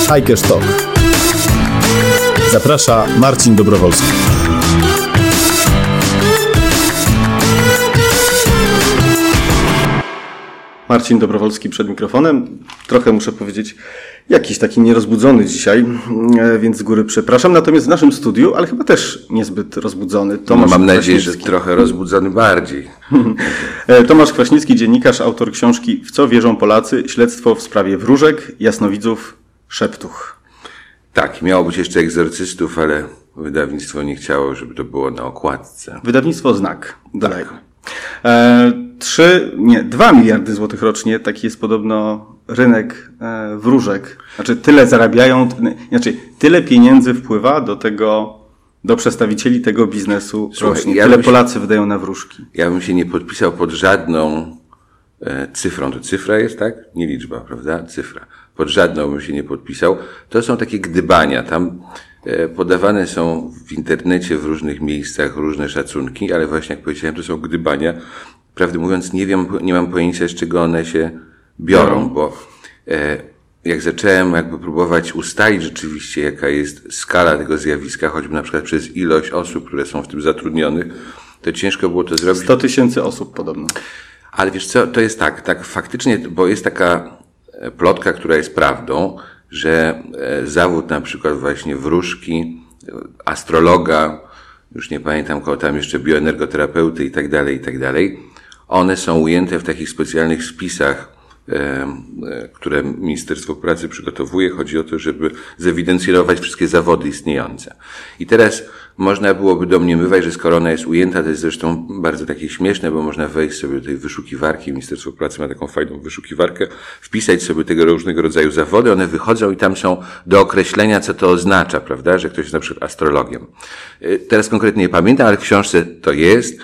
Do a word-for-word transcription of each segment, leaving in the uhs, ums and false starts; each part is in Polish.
Hajkesz Talk. Zaprasza Marcin Dobrowolski. Marcin Dobrowolski przed mikrofonem. Trochę muszę powiedzieć, jakiś taki nierozbudzony dzisiaj, więc z góry przepraszam. Natomiast w naszym studiu, ale chyba też niezbyt rozbudzony, Tomasz Mam nadzieję, że trochę rozbudzony bardziej. Tomasz Kwaśnicki, dziennikarz, autor książki W co wierzą Polacy? Śledztwo w sprawie wróżek, jasnowidzów, szeptuch. Tak, miało być jeszcze egzorcystów, ale wydawnictwo nie chciało, żeby to było na okładce. Wydawnictwo Znak, dodaję. Tak. E, trzy, nie, dwa miliardy złotych rocznie, taki jest podobno rynek e, wróżek. Znaczy tyle zarabiają, znaczy tyle pieniędzy wpływa do tego, do przedstawicieli tego biznesu. Słuchaj, rocznie. Ja tyle się, Polacy wydają na wróżki. Ja bym się nie podpisał pod żadną e, cyfrą. To cyfra jest, tak? Nie liczba, prawda? Cyfra. Pod żadną bym się nie podpisał. To są takie gdybania. Tam e, podawane są w internecie, w różnych miejscach różne szacunki, ale właśnie jak powiedziałem, to są gdybania. Prawdę mówiąc, nie wiem, nie mam pojęcia, z czego one się biorą, bo e, jak zacząłem jakby próbować ustalić rzeczywiście, jaka jest skala tego zjawiska, choćby na przykład przez ilość osób, które są w tym zatrudnionych, to ciężko było to zrobić. sto tysięcy osób podobno. Ale wiesz co, to jest tak, tak faktycznie, bo jest taka plotka, która jest prawdą, że zawód na przykład właśnie wróżki, astrologa, już nie pamiętam kogo tam jeszcze, bioenergoterapeuty i tak dalej, i tak dalej, one są ujęte w takich specjalnych spisach, które Ministerstwo Pracy przygotowuje. Chodzi o to, żeby zewidencjonować wszystkie zawody istniejące. I teraz można byłoby domniemywać, że skoro ona jest ujęta, to jest zresztą bardzo takie śmieszne, bo można wejść sobie do tej wyszukiwarki, Ministerstwo Pracy ma taką fajną wyszukiwarkę, wpisać sobie tego różnego rodzaju zawody, one wychodzą i tam są do określenia, co to oznacza, prawda, że ktoś jest na przykład astrologiem. Teraz konkretnie nie pamiętam, ale w książce to jest,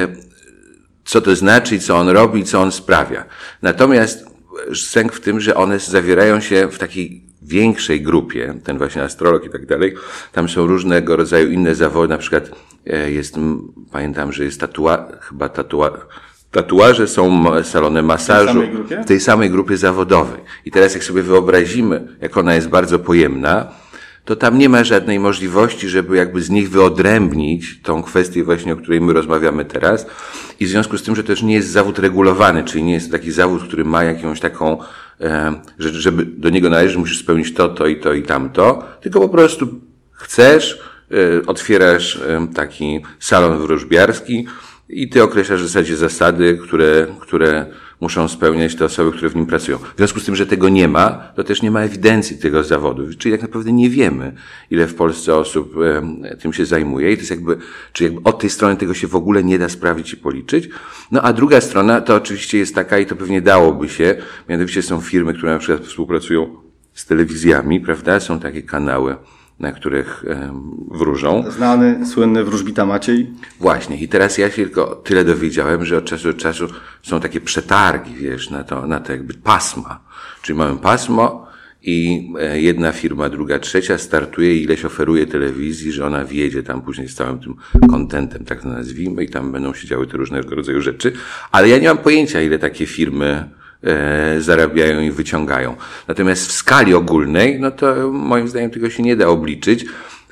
co to znaczy i co on robi, co on sprawia. Natomiast sęk w tym, że one zawierają się w takiej większej grupie, ten właśnie astrolog i tak dalej. Tam są różnego rodzaju inne zawody, na przykład jest, pamiętam, że jest tatua, chyba tatua, tatuaże są, salony masażu. W tej samej grupie? W tej samej grupie zawodowej. I teraz jak sobie wyobrazimy, jak ona jest bardzo pojemna, to tam nie ma żadnej możliwości, żeby jakby z nich wyodrębnić tą kwestię właśnie, o której my rozmawiamy teraz. I w związku z tym, że też nie jest zawód regulowany, czyli nie jest to taki zawód, który ma jakąś taką, e, że, żeby do niego należy, musisz spełnić to, to i to i tamto, tylko po prostu chcesz, e, otwierasz e, taki salon wróżbiarski i ty określasz w zasadzie zasady, które, które muszą spełniać te osoby, które w nim pracują. W związku z tym, że tego nie ma, to też nie ma ewidencji tego zawodu. Czyli tak naprawdę nie wiemy, ile w Polsce osób e, tym się zajmuje. I to jest jakby, czy jakby od tej strony tego się w ogóle nie da sprawdzić i policzyć. No a druga strona to oczywiście jest taka, i to pewnie dałoby się, mianowicie są firmy, które na przykład współpracują z telewizjami, prawda? Są takie kanały, na których e, wróżą. Znany, słynny wróżbita Maciej. Właśnie. I teraz ja się tylko tyle dowiedziałem, że od czasu do czasu są takie przetargi, wiesz, na to, na to jakby pasma. Czyli mamy pasmo i jedna firma, druga, trzecia startuje i ileś oferuje telewizji, że ona wjedzie tam później z całym tym kontentem, tak to nazwijmy, i tam będą się działy te różnego rodzaju rzeczy. Ale ja nie mam pojęcia, ile takie firmy E, zarabiają i wyciągają. Natomiast w skali ogólnej, no to moim zdaniem tego się nie da obliczyć.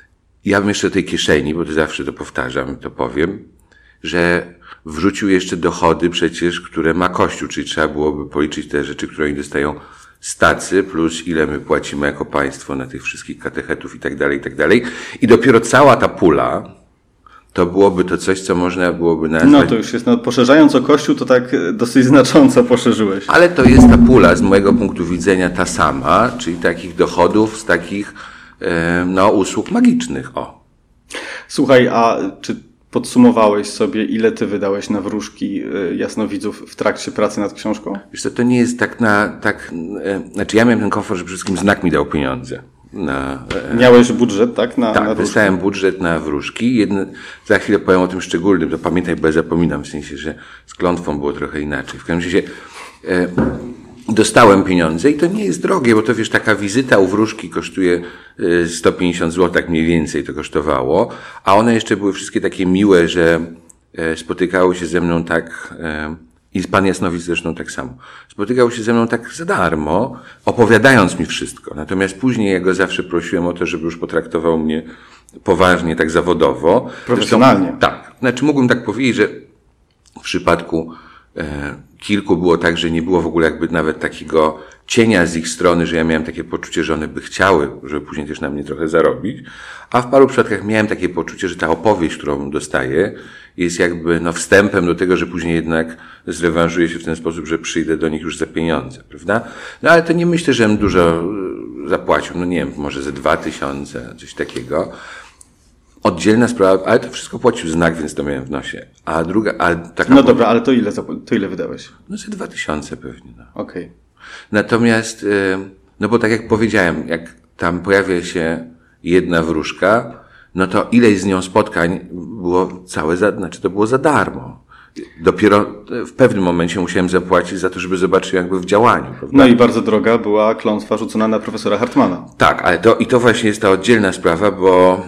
Ja bym jeszcze tej kieszeni, bo to zawsze to powtarzam, to powiem, że wrzucił jeszcze dochody przecież, które ma Kościół, czyli trzeba byłoby policzyć te rzeczy, które oni dostają z tacy, plus ile my płacimy jako państwo na tych wszystkich katechetów i tak dalej, i tak dalej. I dopiero cała ta pula, to byłoby to coś, co można byłoby nazwać... No to już jest, no poszerzając o Kościół, to tak dosyć znacząco poszerzyłeś. Ale to jest ta pula z mojego punktu widzenia ta sama, czyli takich dochodów z takich, e, no, usług magicznych, o. Słuchaj, a czy podsumowałeś sobie, ile ty wydałeś na wróżki jasnowidzów w trakcie pracy nad książką? Wiesz co, to nie jest tak na, tak, e, znaczy ja miałem ten komfort, że przede wszystkim Znak mi dał pieniądze. Na, e, Miałeś budżet, tak? Na, tak, na dostałem budżet na wróżki. Jedno, za chwilę powiem o tym szczególnym, to pamiętaj, bo ja zapominam, w sensie, że z klątwą było trochę inaczej. W każdym razie e, dostałem pieniądze i to nie jest drogie, bo to wiesz, taka wizyta u wróżki kosztuje e, sto pięćdziesiąt złotych, tak mniej więcej to kosztowało, a one jeszcze były wszystkie takie miłe, że e, spotykały się ze mną tak... E, I pan Jasnowicz zresztą tak samo. Spotykał się ze mną tak za darmo, opowiadając mi wszystko. Natomiast później ja go zawsze prosiłem o to, żeby już potraktował mnie poważnie, tak zawodowo. Profesjonalnie. Zresztą, tak. Znaczy mógłbym tak powiedzieć, że w przypadku e, kilku było tak, że nie było w ogóle jakby nawet takiego cienia z ich strony, że ja miałem takie poczucie, że one by chciały, żeby później też na mnie trochę zarobić. A w paru przypadkach miałem takie poczucie, że ta opowieść, którą dostaję, jest jakby no wstępem do tego, że później jednak zrewanżuję się w ten sposób, że przyjdę do nich już za pieniądze, prawda? No ale to nie myślę, że bym dużo zapłacił, no nie wiem, może ze dwa tysiące, coś takiego. Oddzielna sprawa, ale to wszystko płacił znak, więc to miałem w nosie. A druga, a taka... No dobra, ale to ile, to ile wydałeś? No ze dwa tysiące pewnie, no. Okej. Okay. Natomiast, no bo tak jak powiedziałem, jak tam pojawia się jedna wróżka, no to ileś z nią spotkań było całe, za, znaczy to było za darmo. Dopiero w pewnym momencie musiałem zapłacić za to, żeby zobaczyć jakby w działaniu. Prawda? No i bardzo droga była klątwa rzucona na profesora Hartmana. Tak, ale to, i to właśnie jest ta oddzielna sprawa, bo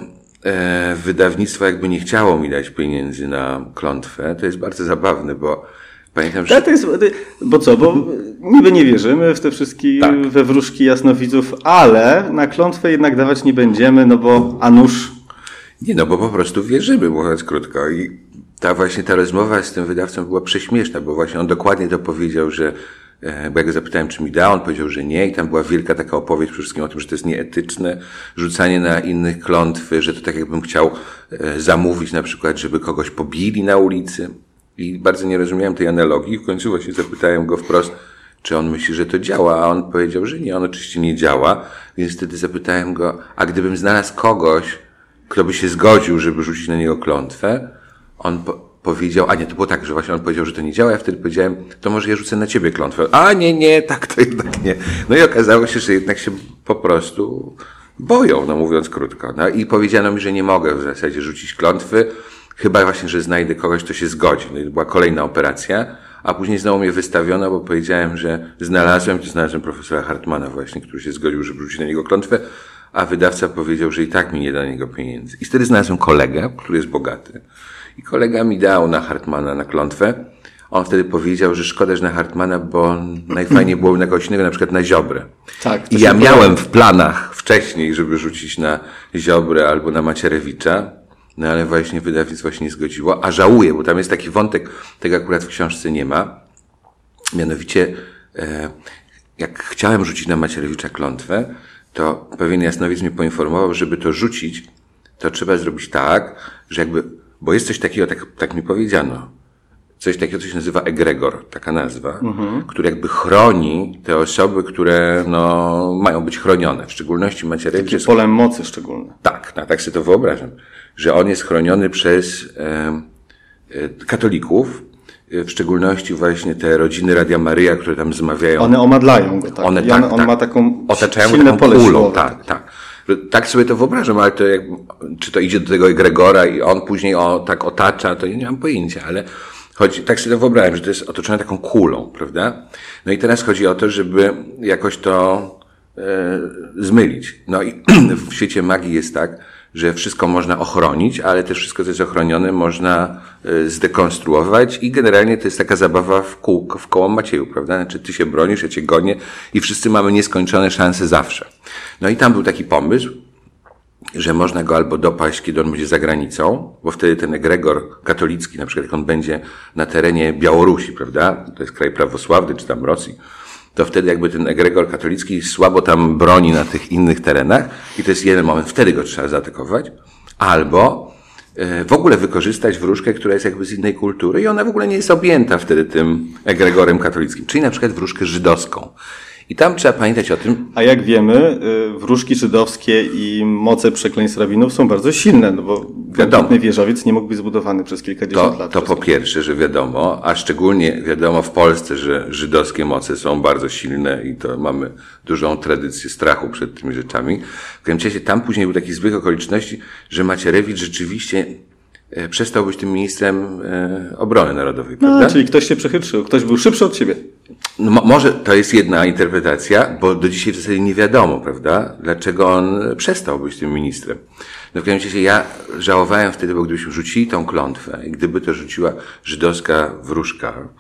e, wydawnictwo jakby nie chciało mi dać pieniędzy na klątwę. To jest bardzo zabawne, bo pamiętam, że... To jest, bo co, bo niby nie wierzymy w te wszystkie, tak, we wróżki jasnowidzów, ale na klątwę jednak dawać nie będziemy, no bo a nuż... Nie, no bo po prostu wierzymy, mówiąc krótko. I ta właśnie ta rozmowa z tym wydawcą była prześmieszna, bo właśnie on dokładnie to powiedział, że, bo ja go zapytałem, czy mi da, on powiedział, że nie, i tam była wielka taka opowieść przede wszystkim o tym, że to jest nieetyczne rzucanie na innych klątwy, że to tak jakbym chciał zamówić na przykład, żeby kogoś pobili na ulicy. I bardzo nie rozumiałem tej analogii. W końcu właśnie zapytałem go wprost, czy on myśli, że to działa, a on powiedział, że nie, on oczywiście nie działa, więc wtedy zapytałem go, a gdybym znalazł kogoś, kto by się zgodził, żeby rzucić na niego klątwę, on po- powiedział, a nie, to było tak, że właśnie on powiedział, że to nie działa, ja wtedy powiedziałem, to może ja rzucę na ciebie klątwę. A nie, nie, tak to jednak nie. No i okazało się, że jednak się po prostu boją, no mówiąc krótko. No i powiedziano mi, że nie mogę w zasadzie rzucić klątwy, chyba właśnie, że znajdę kogoś, kto się zgodzi. No i to była kolejna operacja, a później znowu mnie wystawiono, bo powiedziałem, że znalazłem, to znalazłem profesora Hartmana właśnie, który się zgodził, żeby rzucić na niego klątwę, a wydawca powiedział, że i tak mi nie da na niego pieniędzy. I wtedy znalazłem kolegę, który jest bogaty. I kolega mi dał na Hartmana na klątwę. On wtedy powiedział, że szkoda, że na Hartmana, bo najfajniej było na kogoś innego, na przykład na Ziobrę. Tak, I ja miałem w planach wcześniej, żeby rzucić na Ziobrę albo na Macierewicza, no ale właśnie wydawnictwo się nie zgodziło, a żałuję, bo tam jest taki wątek, tego akurat w książce nie ma. Mianowicie, e, jak chciałem rzucić na Macierewicza klątwę, to pewien jasnowic mnie poinformował, żeby to rzucić, to trzeba zrobić tak, że jakby, bo jest coś takiego, tak, tak mi powiedziano, coś takiego, co się nazywa egregor, taka nazwa, mhm. który jakby chroni te osoby, które no, mają być chronione, w szczególności Macierewicz. Takie polem mocy szczególne. Tak, no, tak sobie to wyobrażam, że on jest chroniony przez e, e, katolików, w szczególności właśnie te rodziny Radia Maryja, które tam zmawiają. One omadlają go, tak. One, I tak, on, on tak. ma taką otaczają silne taką pole kulą, siłowe. tak, tak. Tak sobie to wyobrażam, ale to jak, czy to idzie do tego egregora i on później o, tak otacza, to ja nie mam pojęcia, ale chodzi, tak sobie to wyobrażam, że to jest otoczone taką kulą, prawda? No i teraz chodzi o to, żeby jakoś to e, zmylić. No i w świecie magii jest tak, że wszystko można ochronić, ale też wszystko, co jest ochronione, można y, zdekonstruować i generalnie to jest taka zabawa w kółko, w koło Macieju, prawda? Znaczy ty się bronisz, ja cię gonię i wszyscy mamy nieskończone szanse zawsze. No i tam był taki pomysł, że można go albo dopaść, kiedy on będzie za granicą, bo wtedy ten egregor katolicki, na przykład jak on będzie na terenie Białorusi, prawda? To jest kraj prawosławny, czy tam Rosji, to wtedy jakby ten egregor katolicki słabo tam broni na tych innych terenach i to jest jeden moment, wtedy go trzeba zaatakować, albo w ogóle wykorzystać wróżkę, która jest jakby z innej kultury i ona w ogóle nie jest objęta wtedy tym egregorem katolickim, czyli na przykład wróżkę żydowską. I tam trzeba pamiętać o tym. A jak wiemy, wróżki żydowskie i moce przekleństw rabinów są bardzo silne, no bo wiadomo, wieżowiec nie mógł być zbudowany przez kilkadziesiąt to, lat. To po pierwsze, że wiadomo, a szczególnie wiadomo w Polsce, że żydowskie moce są bardzo silne i to mamy dużą tradycję strachu przed tymi rzeczami. W każdym razie tam później był taki zbieg okoliczności, że Macierewicz rzeczywiście przestał być tym ministrem e, obrony narodowej, prawda? No, czyli ktoś się przechytrzył, ktoś był szybszy od ciebie. No, mo- może to jest jedna interpretacja, bo do dzisiaj w zasadzie nie wiadomo, prawda, dlaczego on przestał być tym ministrem. No w każdym razie ja żałowałem wtedy, bo gdybyśmy rzucili tą klątwę i gdyby to rzuciła żydowska wróżka,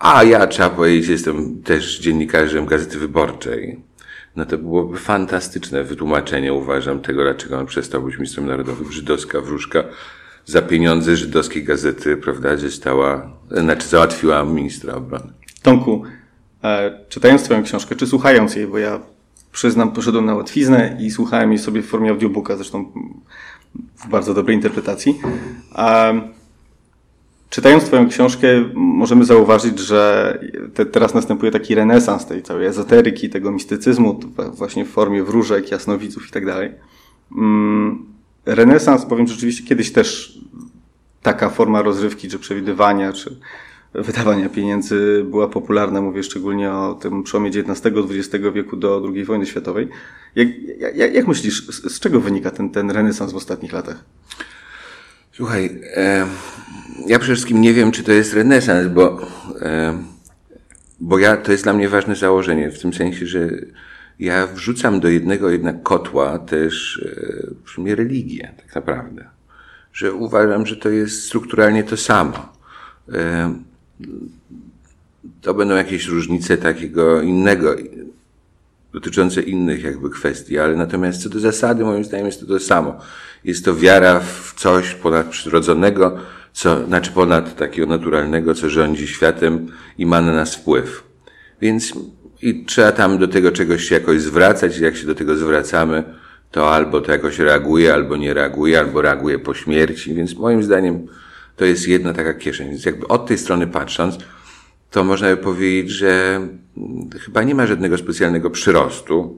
a ja, trzeba powiedzieć, jestem też dziennikarzem Gazety Wyborczej, no to byłoby fantastyczne wytłumaczenie, uważam, tego, dlaczego on przestał być ministrem narodowym. Żydowska wróżka za pieniądze żydowskiej gazety, prawda, została, znaczy załatwiła ministra obrony. Tomku, e, czytając twoją książkę, czy słuchając jej, bo ja przyznam, poszedłem na łatwiznę i słuchałem jej sobie w formie audiobooka, zresztą w bardzo dobrej interpretacji. E, czytając twoją książkę, możemy zauważyć, że te, teraz następuje taki renesans tej całej ezoteryki, tego mistycyzmu, właśnie w formie wróżek, jasnowidzów i tak dalej. Renesans, powiem rzeczywiście, kiedyś też taka forma rozrywki, czy przewidywania, czy wydawania pieniędzy była popularna. Mówię szczególnie o tym przełomie dziewiętnastego dwudziestego wieku do drugiej wojny światowej. Jak, jak, jak myślisz, z, z czego wynika ten, ten renesans w ostatnich latach? Słuchaj, e, ja przede wszystkim nie wiem, czy to jest renesans, bo, e, bo ja, to jest dla mnie ważne założenie, w tym sensie, że ja wrzucam do jednego jednak kotła też e, w sumie religię, tak naprawdę. Że uważam, że to jest strukturalnie to samo. E, to będą jakieś różnice takiego innego, dotyczące innych jakby kwestii, ale natomiast co do zasady, moim zdaniem, jest to to samo. Jest to wiara w coś ponadprzyrodzonego, co, znaczy ponad takiego naturalnego, co rządzi światem i ma na nas wpływ. Więc i trzeba tam do tego czegoś się jakoś zwracać i jak się do tego zwracamy, to albo to jakoś reaguje, albo nie reaguje, albo reaguje po śmierci. Więc moim zdaniem to jest jedna taka kieszeń. Więc jakby od tej strony patrząc, to można by powiedzieć, że chyba nie ma żadnego specjalnego przyrostu,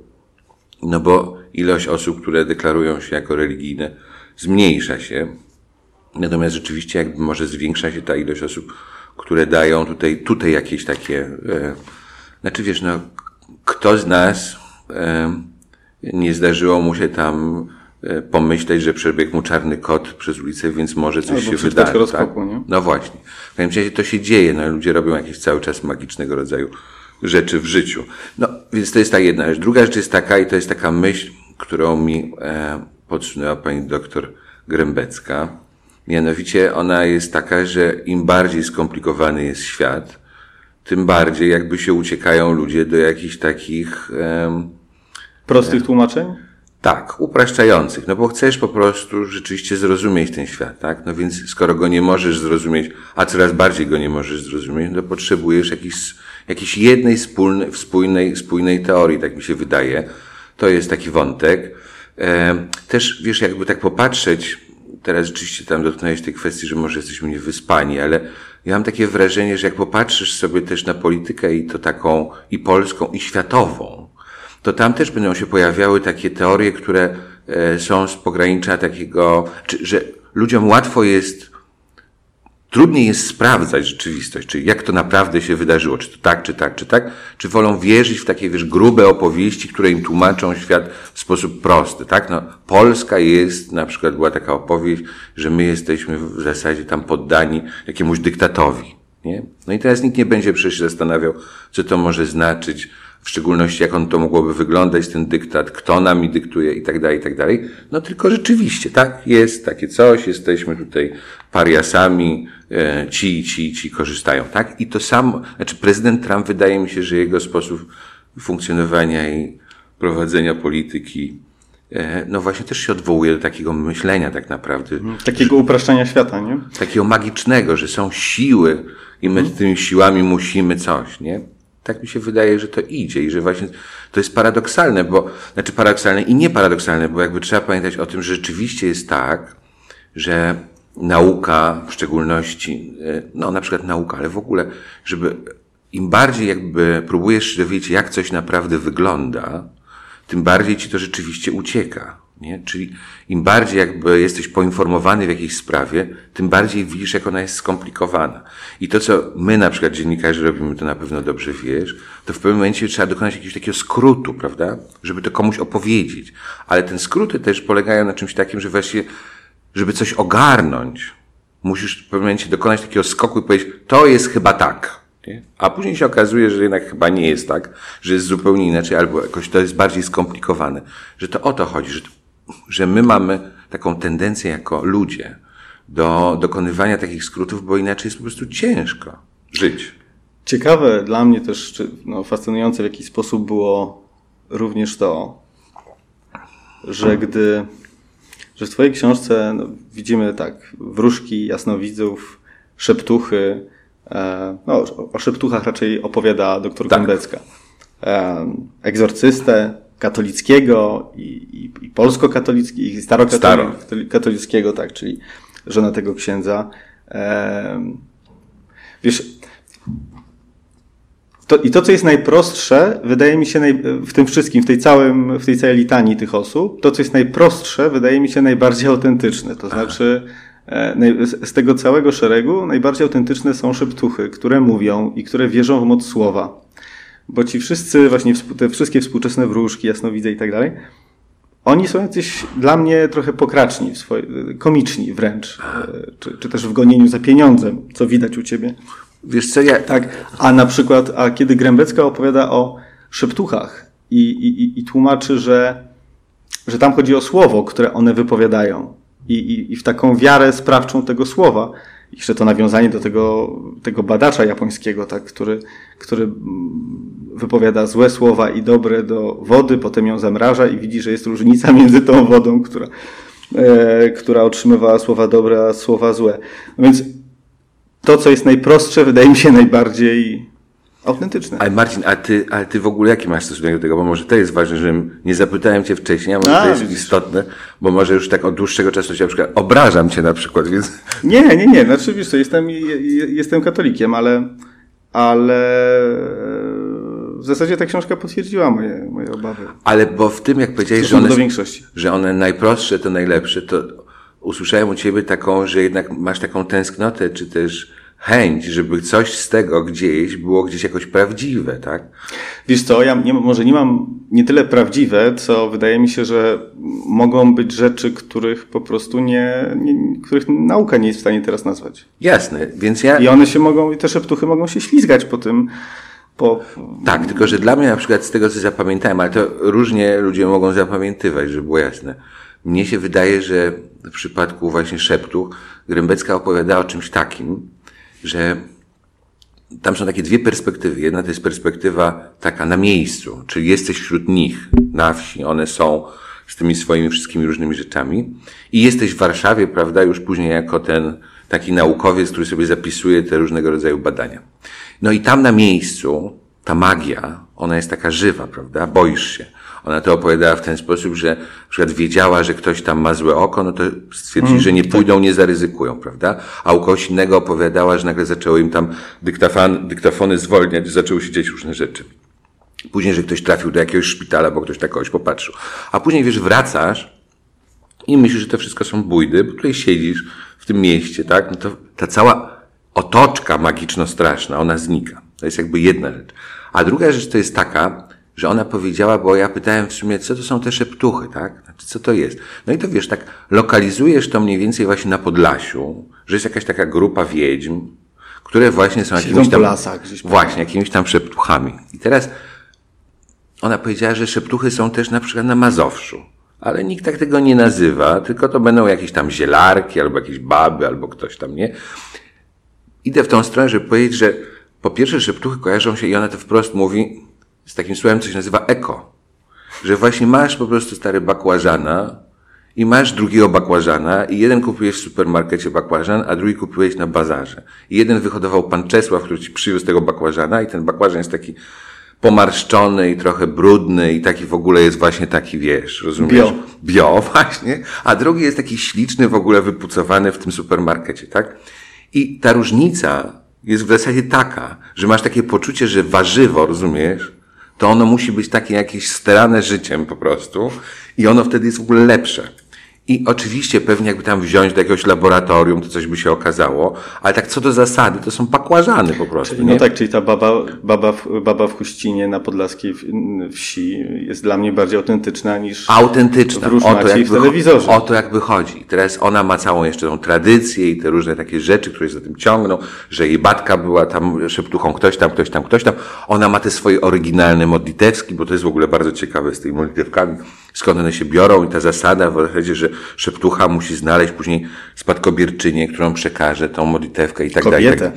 no bo ilość osób, które deklarują się jako religijne, zmniejsza się. Natomiast rzeczywiście jakby może zwiększa się ta ilość osób, które dają tutaj, tutaj jakieś takie, e, znaczy wiesz, no, kto z nas e, nie zdarzyło mu się tam e, pomyśleć, że przebiegł mu czarny kot przez ulicę, więc może coś Albo się wydarzy. Horoskopu, tak? Nie? No właśnie. W każdym razie to się dzieje, no ludzie robią jakieś cały czas magicznego rodzaju rzeczy w życiu. No, więc to jest ta jedna rzecz. Druga rzecz jest taka, i to jest taka myśl, którą mi e, podsunęła pani doktor Grębecka. Mianowicie ona jest taka, że im bardziej skomplikowany jest świat, tym bardziej jakby się uciekają ludzie do jakichś takich... E, Prostych e, tłumaczeń? Tak, upraszczających, no bo chcesz po prostu rzeczywiście zrozumieć ten świat, tak? No więc skoro go nie możesz zrozumieć, a coraz bardziej go nie możesz zrozumieć, no to potrzebujesz jakiejś, jakiejś jednej spójnej, spójnej, spójnej teorii, tak mi się wydaje. To jest taki wątek. E, też, wiesz, jakby tak popatrzeć, teraz rzeczywiście tam dotknąłeś tej kwestii, że może jesteśmy niewyspani, ale ja mam takie wrażenie, że jak popatrzysz sobie też na politykę i to taką i polską, i światową, to tam też będą się pojawiały takie teorie, które e, są z pogranicza takiego, czy, że ludziom łatwo jest, trudniej jest sprawdzać rzeczywistość, czyli jak to naprawdę się wydarzyło, czy to tak, czy tak, czy tak, czy wolą wierzyć w takie, wiesz, grube opowieści, które im tłumaczą świat w sposób prosty, tak? No, Polska jest, na przykład była taka opowieść, że my jesteśmy w zasadzie tam poddani jakiemuś dyktatowi, nie? No i teraz nikt nie będzie przecież zastanawiał, co to może znaczyć, w szczególności jak on to mogłoby wyglądać, ten dyktat, kto nami dyktuje i tak dalej, i tak dalej. No tylko rzeczywiście, tak, jest takie coś, jesteśmy tutaj pariasami, e, ci, ci, ci korzystają, tak? I to samo, znaczy prezydent Trump, wydaje mi się, że jego sposób funkcjonowania i prowadzenia polityki, e, no właśnie też się odwołuje do takiego myślenia tak naprawdę. Takiego upraszczania świata, nie? Takiego magicznego, że są siły i my tymi siłami musimy coś, nie? Tak mi się wydaje, że to idzie i że właśnie to jest paradoksalne, bo, znaczy paradoksalne i nieparadoksalne, bo jakby trzeba pamiętać o tym, że rzeczywiście jest tak, że nauka, w szczególności, no na przykład nauka, ale w ogóle, żeby im bardziej jakby próbujesz się dowiedzieć, jak coś naprawdę wygląda, tym bardziej ci to rzeczywiście ucieka. Nie? Czyli im bardziej jakby jesteś poinformowany w jakiejś sprawie, tym bardziej widzisz, jak ona jest skomplikowana. I to, co my na przykład dziennikarze robimy, to na pewno dobrze wiesz, to w pewnym momencie trzeba dokonać jakiegoś takiego skrótu, prawda? Żeby to komuś opowiedzieć. Ale te skróty też polegają na czymś takim, że właśnie, żeby coś ogarnąć, musisz w pewnym momencie dokonać takiego skoku i powiedzieć, to jest chyba tak. Nie? A później się okazuje, że jednak chyba nie jest tak, że jest zupełnie inaczej, albo jakoś to jest bardziej skomplikowane. Że to o to chodzi, że, że my mamy taką tendencję jako ludzie do dokonywania takich skrótów, bo inaczej jest po prostu ciężko żyć. Ciekawe dla mnie też, czy, no, fascynujące w jakiś sposób było również to, że gdy, że w twojej książce no, widzimy tak, wróżki, jasnowidzów, szeptuchy, e, no, o szeptuchach raczej opowiada doktor tak. Grembecka, e, egzorcystę katolickiego i, i, i polsko-katolickiego, i starokatolickiego, tak, czyli żona tego księdza. E, wiesz, To, I to, co jest najprostsze, wydaje mi się naj, w tym wszystkim, w tej, całym, w tej całej litanii tych osób, to, co jest najprostsze, wydaje mi się najbardziej autentyczne. To znaczy, e, z tego całego szeregu najbardziej autentyczne są szeptuchy, które mówią i które wierzą w moc słowa. Bo ci wszyscy, właśnie te wszystkie współczesne wróżki, jasnowidze i tak dalej, oni są jacyś dla mnie trochę pokraczni, w swoje, komiczni wręcz, e, czy, czy też w gonieniu za pieniądzem, co widać u ciebie. Wiesz co, ja... Tak, a na przykład, a kiedy Grembecka opowiada o szeptuchach i, i, i tłumaczy, że, że tam chodzi o słowo, które one wypowiadają i, i, i w taką wiarę sprawczą tego słowa. I jeszcze to nawiązanie do tego, tego badacza japońskiego, tak, który, który wypowiada złe słowa i dobre do wody, potem ją zamraża i widzi, że jest różnica między tą wodą, która, e, która otrzymywała słowa dobre, a słowa złe. No więc to, co jest najprostsze, wydaje mi się najbardziej autentyczne. Ale Marcin, a ty, ale ty w ogóle jaki masz stosunek do tego? Bo może to jest ważne, że nie zapytałem cię wcześniej, a może a, to jest widzisz. istotne, bo może już tak od dłuższego czasu się na przykład obrażam cię na przykład, więc... Nie, nie, nie, znaczy wiesz co, jestem, jestem katolikiem, ale, ale w zasadzie ta książka potwierdziła moje, moje obawy. Ale bo w tym, jak powiedziałeś, że one, że one najprostsze to najlepsze, to usłyszałem u ciebie taką, że jednak masz taką tęsknotę, czy też chęć, żeby coś z tego gdzieś było gdzieś jakoś prawdziwe, tak? Wiesz co, ja nie, może nie mam nie tyle prawdziwe, co wydaje mi się, że mogą być rzeczy, których po prostu nie, nie których nauka nie jest w stanie teraz nazwać. Jasne, więc ja... I one się mogą, i te szeptuchy mogą się ślizgać po tym, po... Tak, tylko że dla mnie na przykład z tego, co zapamiętałem, ale to różnie ludzie mogą zapamiętywać, żeby było jasne. Mnie się wydaje, że w przypadku właśnie szeptu Grembecka opowiada o czymś takim, że tam są takie dwie perspektywy. Jedna to jest perspektywa taka na miejscu, czyli jesteś wśród nich, na wsi, one są z tymi swoimi wszystkimi różnymi rzeczami i jesteś w Warszawie, prawda, już później jako ten taki naukowiec, który sobie zapisuje te różnego rodzaju badania. No i tam na miejscu ta magia, ona jest taka żywa, prawda, boisz się. Ona to opowiadała w ten sposób, że na przykład wiedziała, że ktoś tam ma złe oko, no to stwierdzili, mm, że nie pójdą, tak. nie zaryzykują, prawda? A u kogoś innego opowiadała, że nagle zaczęły im tam dyktafon, dyktafony zwolniać, zaczęły się dziać różne rzeczy. Później, że ktoś trafił do jakiegoś szpitala, bo ktoś tak kogoś popatrzył. A później, wiesz, wracasz i myślisz, że to wszystko są bójdy, bo tutaj siedzisz w tym mieście, tak? No to ta cała otoczka magiczno-straszna, ona znika. To jest jakby jedna rzecz. A druga rzecz to jest taka, że ona powiedziała, bo ja pytałem w sumie, co to są te szeptuchy, tak? Znaczy, co to jest? No i to wiesz, tak lokalizujesz to mniej więcej właśnie na Podlasiu, że jest jakaś taka grupa wiedźm, które właśnie są jakimiś tam, lasach, właśnie, jakimiś tam szeptuchami. I teraz ona powiedziała, że szeptuchy są też na przykład na Mazowszu, ale nikt tak tego nie nazywa, tylko to będą jakieś tam zielarki, albo jakieś baby, albo ktoś tam, nie? Idę w tą stronę, żeby powiedzieć, że po pierwsze szeptuchy kojarzą się i ona to wprost mówi z takim słowem, co się nazywa eko. Że właśnie masz po prostu stary bakłażana i masz drugiego bakłażana i jeden kupujesz w supermarkecie bakłażan, a drugi kupujesz na bazarze. I jeden wyhodował pan Czesław, który ci przywiózł tego bakłażana i ten bakłażan jest taki pomarszczony i trochę brudny i taki w ogóle jest właśnie taki, wiesz, rozumiesz? Bio. Bio, właśnie. A drugi jest taki śliczny, w ogóle wypucowany w tym supermarkecie, tak? I ta różnica jest w zasadzie taka, że masz takie poczucie, że warzywo, rozumiesz, to ono musi być takie jakieś sterane życiem po prostu i ono wtedy jest w ogóle lepsze. I oczywiście pewnie jakby tam wziąć do jakiegoś laboratorium, to coś by się okazało, ale tak co do zasady, to są bakłażany po prostu. No nie? tak, czyli ta baba, baba, w, baba w Huścinie na podlaskiej wsi jest dla mnie bardziej autentyczna niż autentyczna. w Różmacie i w telewizorze. O to jakby chodzi. Teraz ona ma całą jeszcze tą tradycję i te różne takie rzeczy, które się za tym ciągną, że jej babka była tam szeptuchą, ktoś tam, ktoś tam, ktoś tam. Ona ma te swoje oryginalne modlitewki, bo to jest w ogóle bardzo ciekawe z tymi modlitewkami, skąd one się biorą i ta zasada w zasadzie, że szeptucha musi znaleźć później spadkobierczynię, którą przekaże tą modlitewkę i tak dalej. Kobietę.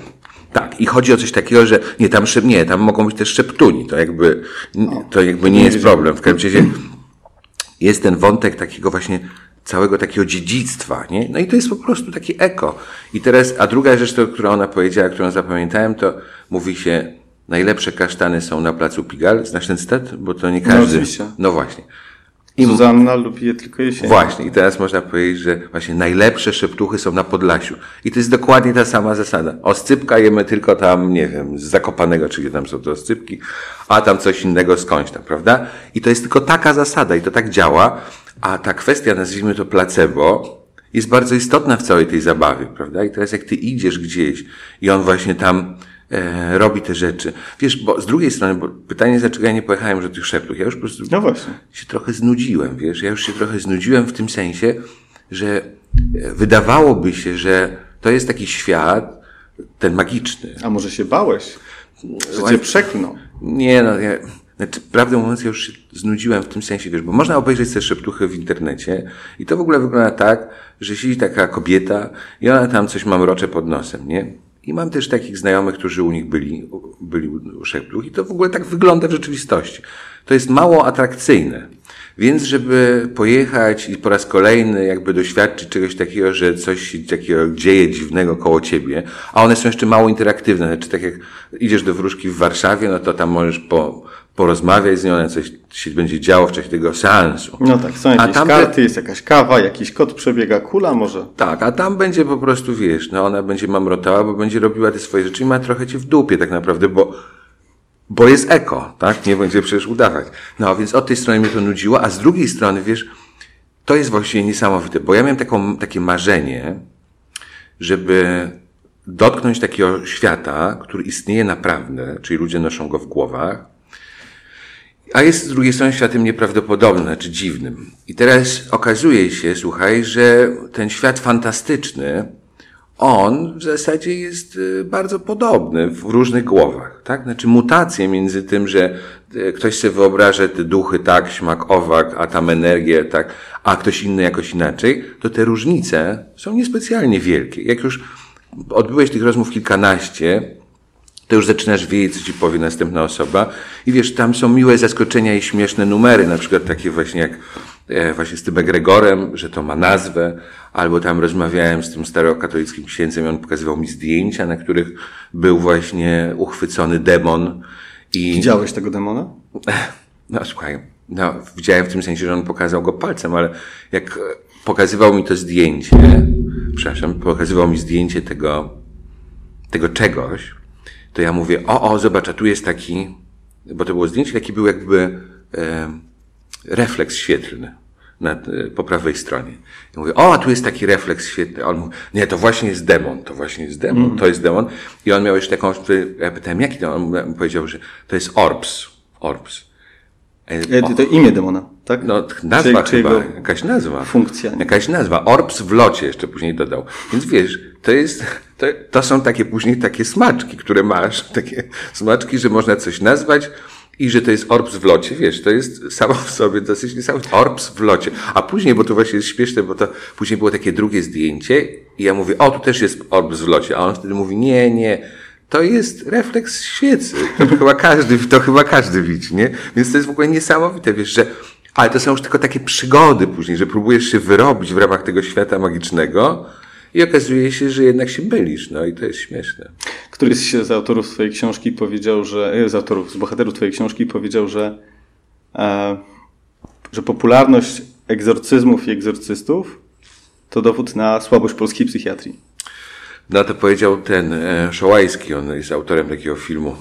Tak, i chodzi o coś takiego, że nie, tam szep, nie, tam mogą być też szeptuni, to jakby, to jakby nie jest problem. W każdym razie jest ten wątek takiego właśnie całego takiego dziedzictwa, nie? No i to jest po prostu taki eko. I teraz, a druga rzecz, to, którą ona powiedziała, którą zapamiętałem, to mówi się, najlepsze kasztany są na placu Pigalle. Znasz ten cytat? Bo to nie każdy. No oczywiście. No właśnie. I Zuzanna lubi je tylko jesienią. Właśnie. I teraz można powiedzieć, że właśnie najlepsze szeptuchy są na Podlasiu. I to jest dokładnie ta sama zasada. Oscypka jemy tylko tam, nie wiem, z Zakopanego, czy gdzie tam są te oscypki, a tam coś innego skądś tam, prawda? I to jest tylko taka zasada i to tak działa. A ta kwestia, nazwijmy to placebo, jest bardzo istotna w całej tej zabawie, prawda? I teraz jak ty idziesz gdzieś i on właśnie tam e, robi te rzeczy. Wiesz, bo z drugiej strony, bo pytanie jest, dlaczego ja nie pojechałem do tych szeptów. Ja już po prostu no właśnie. się trochę znudziłem, wiesz? Ja już się trochę znudziłem w tym sensie, że wydawałoby się, że to jest taki świat, ten magiczny. A może się bałeś? Że cię przeklną? Nie, no ja... Znaczy, prawdę mówiąc, ja już się znudziłem w tym sensie, wiesz, bo można obejrzeć te szeptuchy w internecie i to w ogóle wygląda tak, że siedzi taka kobieta i ona tam coś mamrocze pod nosem, nie? I mam też takich znajomych, którzy u nich byli, byli u szeptuch i to w ogóle tak wygląda w rzeczywistości. To jest mało atrakcyjne. Więc żeby pojechać i po raz kolejny jakby doświadczyć czegoś takiego, że coś się takiego dzieje dziwnego koło ciebie, a one są jeszcze mało interaktywne, znaczy tak jak idziesz do wróżki w Warszawie, no to tam możesz po, porozmawiać z nią, ona coś się będzie działo w czasie tego seansu. No tak, są jakieś tam karty, jest jakaś kawa, jakiś kot przebiega, kula może. Tak, a tam będzie po prostu, wiesz, no ona będzie mamrotała, bo będzie robiła te swoje rzeczy i ma trochę cię w dupie tak naprawdę, bo Bo jest eko, tak? Nie będzie przecież udawać. No, więc od tej strony mnie to nudziło, a z drugiej strony, wiesz, to jest właściwie niesamowite, bo ja miałem taką, takie marzenie, żeby dotknąć takiego świata, który istnieje naprawdę, czyli ludzie noszą go w głowach, a jest z drugiej strony światem nieprawdopodobnym, znaczy dziwnym. I teraz okazuje się, słuchaj, że ten świat fantastyczny, on w zasadzie jest bardzo podobny w różnych głowach, tak? Znaczy mutacje między tym, że ktoś sobie wyobraża te duchy tak, śmak, owak, a tam energię tak, a ktoś inny jakoś inaczej, to te różnice są niespecjalnie wielkie. Jak już odbyłeś tych rozmów kilkanaście, to już zaczynasz wiedzieć, co ci powie następna osoba i wiesz, tam są miłe zaskoczenia i śmieszne numery, na przykład takie właśnie jak e, właśnie z tym egregorem, że to ma nazwę, albo tam rozmawiałem z tym starokatolickim księdzem i on pokazywał mi zdjęcia, na których był właśnie uchwycony demon. I... Widziałeś tego demona? No słuchaj, no widziałem w tym sensie, że on pokazał go palcem, ale jak pokazywał mi to zdjęcie, przepraszam, pokazywał mi zdjęcie tego, tego czegoś, to ja mówię, o, o, zobacz, a tu jest taki, bo to było zdjęcie, taki był jakby e, refleks świetlny na, e, po prawej stronie. Ja mówię, o, a tu jest taki refleks świetlny. A on mówi, nie, to właśnie jest demon, to właśnie jest demon, mm. to jest demon. I on miał jeszcze taką, ja pytałem, jaki to? On powiedział, że to jest orbs. Orbs. E, to, to imię demona, tak? No, nazwa czy, chyba, czy jakaś nazwa. Funkcja. Nie? Jakaś nazwa. Orbs w locie jeszcze później dodał. Więc wiesz, to jest, to, to są takie później takie smaczki, które masz. Takie smaczki, że można coś nazwać i że to jest orbs w locie. Wiesz, to jest samo w sobie dosyć niesamowite. Orbs w locie. A później, bo to właśnie jest śmieszne, bo to później było takie drugie zdjęcie i ja mówię, o, tu też jest orbs w locie. A on wtedy mówi, nie, nie. To jest refleks świecy. To chyba każdy, to chyba każdy widzi, nie? Więc to jest w ogóle niesamowite, wiesz, że, ale to są już tylko takie przygody później, że próbujesz się wyrobić w ramach tego świata magicznego i okazuje się, że jednak się mylisz, no i to jest śmieszne. Któryś z autorów twojej książki powiedział, że, z autorów, z bohaterów twojej książki powiedział, że, e, że popularność egzorcyzmów i egzorcystów to dowód na słabość polskiej psychiatrii. No to powiedział ten e, Szołajski, on jest autorem takiego filmu,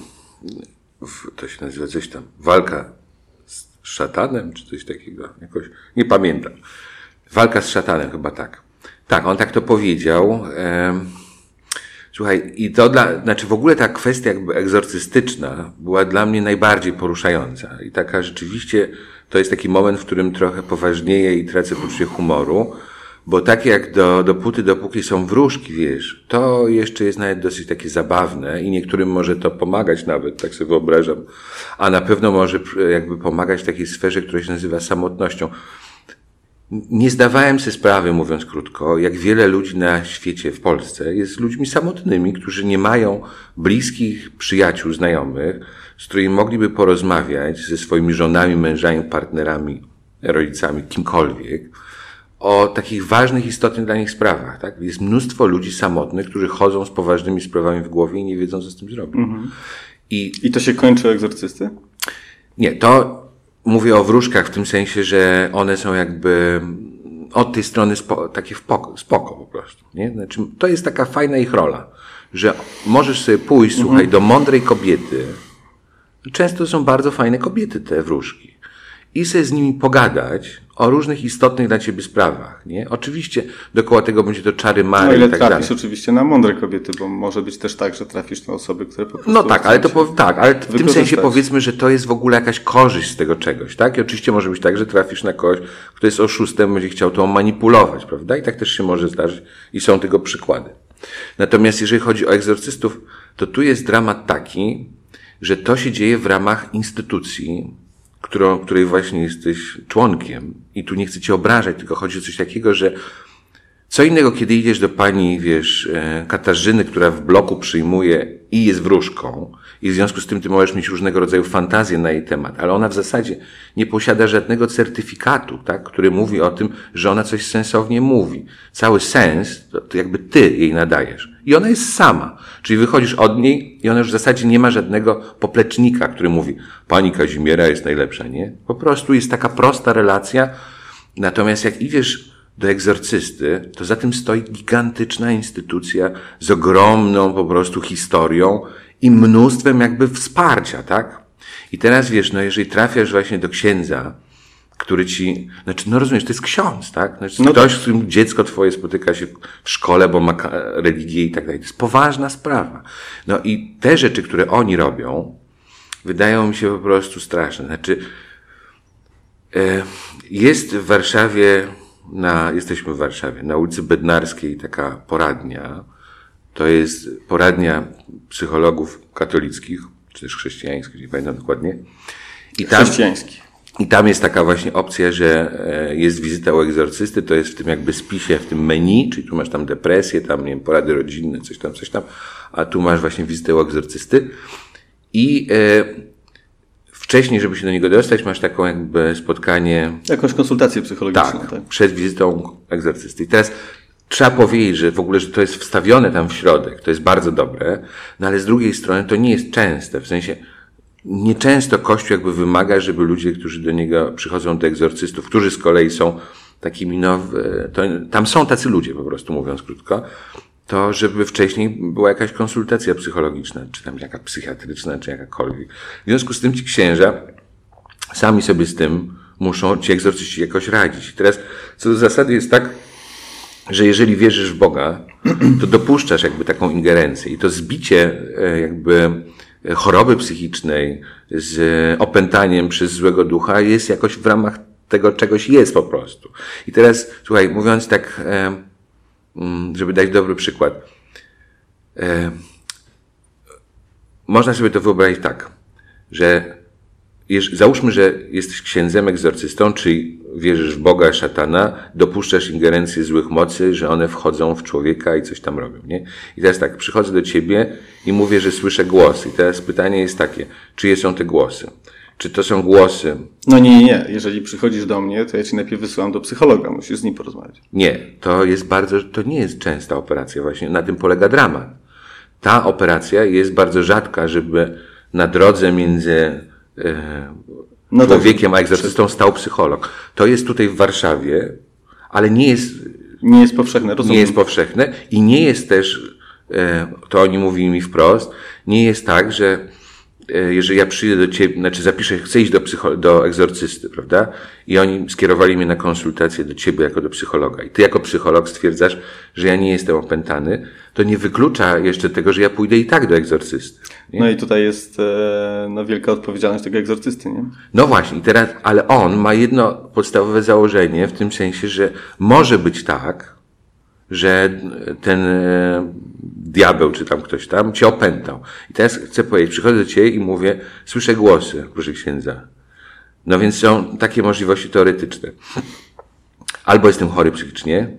w, to się nazywa coś tam, Walka z szatanem, czy coś takiego, jakoś, nie pamiętam. Walka z szatanem, chyba tak. Tak, on tak to powiedział. E, słuchaj, i to dla, znaczy w ogóle ta kwestia jakby egzorcystyczna była dla mnie najbardziej poruszająca. I taka rzeczywiście, to jest taki moment, w którym trochę poważnieję i tracę poczucie humoru. Bo tak jak do, dopóty, dopóki są wróżki, wiesz, to jeszcze jest nawet dosyć takie zabawne i niektórym może to pomagać nawet, tak sobie wyobrażam. A na pewno może jakby pomagać w takiej sferze, która się nazywa samotnością. nie zdawałem sobie sprawy, mówiąc krótko, jak wiele ludzi na świecie, w Polsce, jest ludźmi samotnymi, którzy nie mają bliskich przyjaciół, znajomych, z którymi mogliby porozmawiać ze swoimi żonami, mężami, partnerami, rodzicami, kimkolwiek, o takich ważnych, istotnych dla nich sprawach. Tak? Jest mnóstwo ludzi samotnych, którzy chodzą z poważnymi sprawami w głowie i nie wiedzą, co z tym zrobić. Mhm. I, I to się kończy u egzorcysty? Nie, to mówię o wróżkach w tym sensie, że one są jakby od tej strony spo, takie spoko, spoko po prostu. Nie? Znaczy, to jest taka fajna ich rola, że możesz sobie pójść, mhm. słuchaj, do mądrej kobiety. Często są bardzo fajne kobiety, te wróżki. I sobie z nimi pogadać o różnych istotnych dla ciebie sprawach, nie? Oczywiście dookoła tego będzie to czary mary no, ile i tak trafisz dalej. oczywiście na mądre kobiety, bo może być też tak, że trafisz na osoby, które po prostu... No tak, ale to po, tak, ale w tym sensie wykorzystać. powiedzmy, że to jest w ogóle jakaś korzyść z tego czegoś, tak? I oczywiście może być tak, że trafisz na kogoś, kto jest oszustem, będzie chciał to manipulować, prawda? I tak też się może zdarzyć i są tego przykłady. Natomiast jeżeli chodzi o egzorcystów, to tu jest dramat taki, że to się dzieje w ramach instytucji, którą, której właśnie jesteś członkiem i tu nie chcę cię obrażać, tylko chodzi o coś takiego, że co innego, kiedy idziesz do pani, wiesz, Katarzyny, która w bloku przyjmuje i jest wróżką i w związku z tym ty możesz mieć różnego rodzaju fantazje na jej temat, ale ona w zasadzie nie posiada żadnego certyfikatu, tak, który mówi o tym, że ona coś sensownie mówi. Cały sens to, to jakby ty jej nadajesz. I ona jest sama. Czyli wychodzisz od niej i ona już w zasadzie nie ma żadnego poplecznika, który mówi, pani Kazimiera jest najlepsza, nie? Po prostu jest taka prosta relacja. Natomiast jak idziesz do egzorcysty, to za tym stoi gigantyczna instytucja z ogromną po prostu historią i mnóstwem jakby wsparcia, tak? I teraz wiesz, no jeżeli trafiasz właśnie do księdza, który ci, znaczy, no rozumiesz, to jest ksiądz, tak? Znaczy, no ktoś, tak. z którym dziecko twoje spotyka się w szkole, bo ma religię i tak dalej. To jest poważna sprawa. No i te rzeczy, które oni robią, wydają mi się po prostu straszne. Znaczy, e, jest w Warszawie, na, jesteśmy w Warszawie, na ulicy Bednarskiej taka poradnia. To jest poradnia psychologów katolickich, czy też chrześcijańskich, nie pamiętam dokładnie. I tam, Chrześcijański. I tam jest taka właśnie opcja, że jest wizyta u egzorcysty, to jest w tym jakby spisie, w tym menu, czyli tu masz tam depresję, tam, nie wiem, porady rodzinne, coś tam, coś tam, a tu masz właśnie wizytę u egzorcysty. I e, wcześniej, żeby się do niego dostać, masz taką jakby spotkanie... Jakąś konsultację psychologiczną. Tak, tak? przed wizytą egzorcysty. I teraz trzeba powiedzieć, że w ogóle, że to jest wstawione tam w środek, to jest bardzo dobre, no ale z drugiej strony to nie jest częste, w sensie nieczęsto Kościół jakby wymaga, żeby ludzie, którzy do niego przychodzą do egzorcystów, którzy z kolei są takimi, no, to, tam są tacy ludzie po prostu, mówiąc krótko, to żeby wcześniej była jakaś konsultacja psychologiczna, czy tam jaka psychiatryczna, czy jakakolwiek. W związku z tym ci księża sami sobie z tym muszą, ci egzorcyści jakoś radzić. I teraz, co do zasady jest tak, że jeżeli wierzysz w Boga, to dopuszczasz jakby taką ingerencję i to zbicie jakby choroby psychicznej z opętaniem przez złego ducha jest jakoś w ramach tego czegoś jest po prostu. I teraz, słuchaj, mówiąc tak, żeby dać dobry przykład, można sobie to wyobrazić tak, że załóżmy, że jesteś księdzem, egzorcystą, czyli wierzysz w Boga, szatana, dopuszczasz ingerencję złych mocy, że one wchodzą w człowieka i coś tam robią, nie? I teraz tak, przychodzę do ciebie i mówię, że słyszę głosy. I teraz pytanie jest takie, czyje są te głosy? Czy to są głosy? No nie, nie, nie. Jeżeli przychodzisz do mnie, to ja cię najpierw wysyłam do psychologa, musisz z nim porozmawiać. Nie, to jest bardzo, to nie jest częsta operacja, właśnie na tym polega dramat. Ta operacja jest bardzo rzadka, żeby na drodze między no człowiekiem, a egzorcystą stał psycholog. To jest tutaj w Warszawie, ale nie jest... Nie jest powszechne, rozumiem. Nie jest powszechne i nie jest też, to oni mówili mi wprost, nie jest tak, że jeżeli ja przyjdę do ciebie, znaczy zapiszę, chcę iść do, psycho, do egzorcysty, prawda? I oni skierowali mnie na konsultację do ciebie jako do psychologa. I ty jako psycholog stwierdzasz, że ja nie jestem opętany, to nie wyklucza jeszcze tego, że ja pójdę i tak do egzorcysty. Nie? No i tutaj jest no, wielka odpowiedzialność tego egzorcysty, nie? No właśnie, i teraz, ale on ma jedno podstawowe założenie w tym sensie, że może być tak, że ten e, diabeł, czy tam ktoś tam, cię opętał. I teraz chcę powiedzieć, przychodzę do ciebie i mówię, słyszę głosy, proszę księdza. No więc są takie możliwości teoretyczne. albo jestem chory psychicznie,